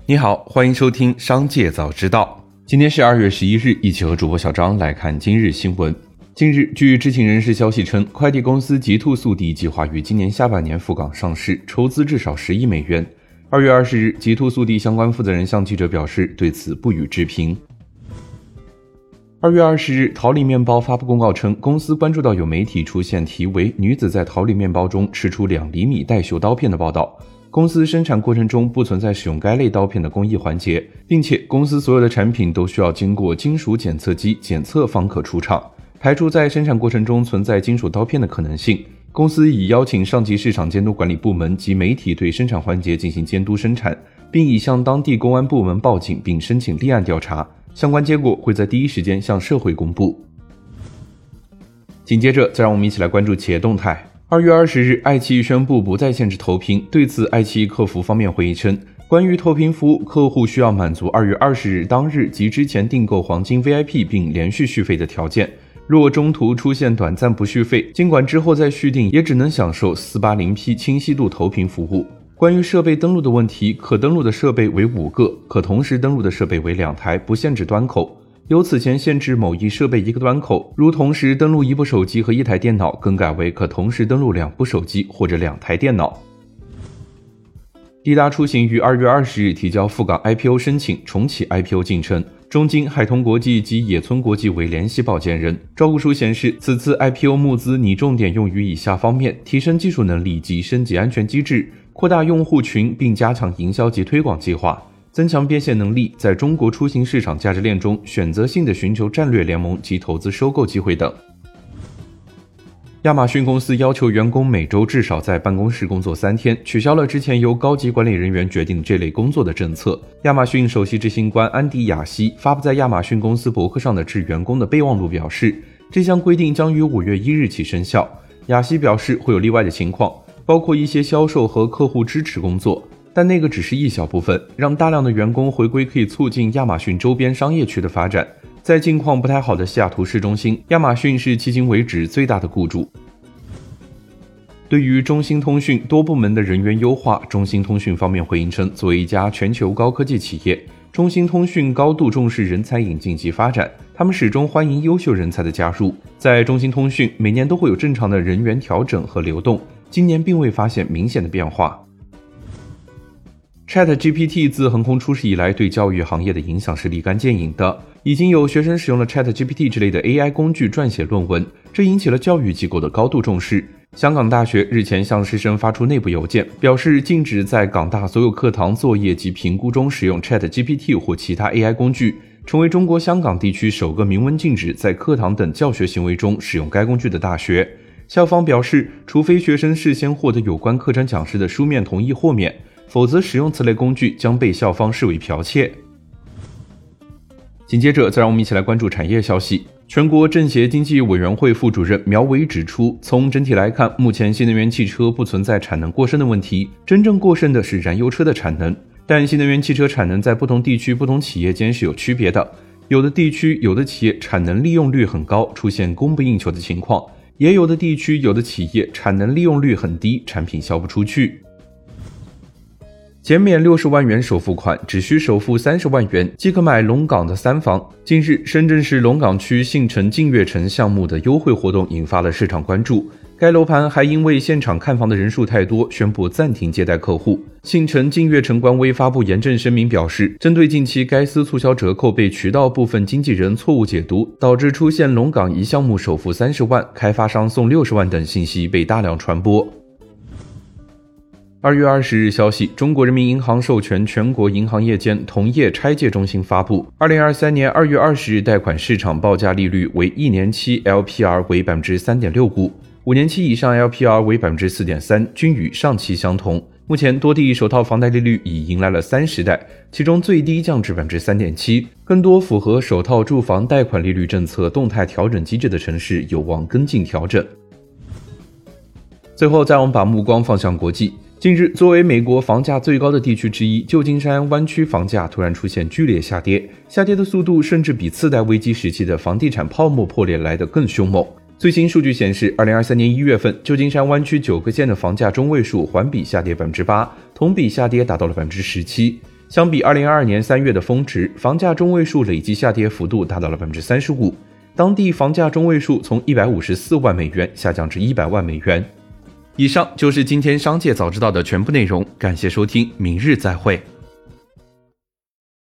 你好，欢迎收听商界早知道。今天是2月11日，一起和主播小张来看今日新闻。近日，据知情人士消息称，快递公司极兔速递计划于今年下半年赴港上市，筹资至少10亿美元。2月20日，极兔速递相关负责人向记者表示，对此不予置评。2月20日，桃李面包发布公告称，公司关注到有媒体出现题为“女子在桃李面包中吃出2厘米带锈刀片”的报道。公司生产过程中不存在使用该类刀片的工艺环节，并且公司所有的产品都需要经过金属检测机检测方可出厂，排除在生产过程中存在金属刀片的可能性。公司已邀请上级市场监督管理部门及媒体对生产环节进行监督生产，并已向当地公安部门报警并申请立案调查，相关结果会在第一时间向社会公布。紧接着，再让我们一起来关注企业动态。2月20日，爱奇艺宣布不再限制投屏，对此爱奇艺客服方面回应称，关于投屏服务，客户需要满足2月20日当日及之前订购黄金 VIP 并连续续费的条件，若中途出现短暂不续费，尽管之后再续订，也只能享受 480P 清晰度投屏服务。关于设备登录的问题，可登录的设备为5个，可同时登录的设备为2台，不限制端口。由此前限制某一设备1个端口，如同时登录1部手机和1台电脑，更改为可同时登录2部手机或者2台电脑。迪达出行于2月20日提交赴港 IPO 申请，重启 IPO 进程。中金、海通国际及野村国际为联席保荐人。招股书显示，此次 IPO 募资拟重点用于以下方面：提升技术能力及升级安全机制，扩大用户群并加强营销及推广计划，增强变现能力，在中国出行市场价值链中选择性地寻求战略联盟及投资收购机会等。亚马逊公司要求员工每周至少在办公室工作3天，取消了之前由高级管理人员决定这类工作的政策。亚马逊首席执行官安迪·雅西发布在亚马逊公司博客上的致员工的备忘录表示，这项规定将于5月1日起生效。雅西表示会有例外的情况，包括一些销售和客户支持工作，但那个只是一小部分，让大量的员工回归可以促进亚马逊周边商业区的发展。在境况不太好的西雅图市中心，亚马逊是迄今为止最大的雇主。对于中兴通讯多部门的人员优化，中兴通讯方面回应称，作为一家全球高科技企业，中兴通讯高度重视人才引进及发展，他们始终欢迎优秀人才的加入。在中兴通讯，每年都会有正常的人员调整和流动，今年并未发现明显的变化。ChatGPT 自横空出世以来，对教育行业的影响是立竿见影的。已经有学生使用了 ChatGPT 之类的 AI 工具撰写论文，这引起了教育机构的高度重视。香港大学日前向师生发出内部邮件，表示禁止在港大所有课堂作业及评估中使用 ChatGPT 或其他 AI 工具，成为中国香港地区首个明文禁止在课堂等教学行为中使用该工具的大学。校方表示，除非学生事先获得有关课程讲师的书面同意豁免，否则使用此类工具将被校方视为剽窃。紧接着，再让我们一起来关注产业消息。全国政协经济委员会副主任苗伟指出，从整体来看，目前新能源汽车不存在产能过剩的问题，真正过剩的是燃油车的产能。但新能源汽车产能在不同地区、不同企业间是有区别的，有的地区、有的企业产能利用率很高，出现供不应求的情况，也有的地区、有的企业产能利用率很低，产品销不出去。减免60万元首付款，只需首付30万元即可买龙岗的3房。近日，深圳市龙岗区信城净悦城项目的优惠活动引发了市场关注。该楼盘还因为现场看房的人数太多，宣布暂停接待客户。信城净悦城官微发布严正声明表示，针对近期该司促销折扣被渠道部分经纪人错误解读，导致出现龙岗一项目首付30万，开发商送60万等信息被大量传播。2月20日消息，中国人民银行授权全国银行业间同业拆借中心发布，2023年2月20日贷款市场报价利率为1年期 LPR 为 3.65%，5年期以上 LPR 为 4.3%， 均与上期相同。目前多地首套房贷利率已迎来了30代，其中最低降至 3.7%， 更多符合首套住房贷款利率政策动态调整机制的城市有望跟进调整。最后，再让我们把目光放向国际。近日，作为美国房价最高的地区之一，旧金山湾区房价突然出现剧烈下跌，下跌的速度甚至比次贷危机时期的房地产泡沫破裂来得更凶猛。最新数据显示，2023年1月份，旧金山湾区9个县的房价中位数环比下跌 8%， 同比下跌达到了 17%。 相比2022年3月的峰值，房价中位数累计下跌幅度达到了 35%， 当地房价中位数从154万美元下降至100万美元。以上就是今天商界早知道的全部内容，感谢收听，明日再会。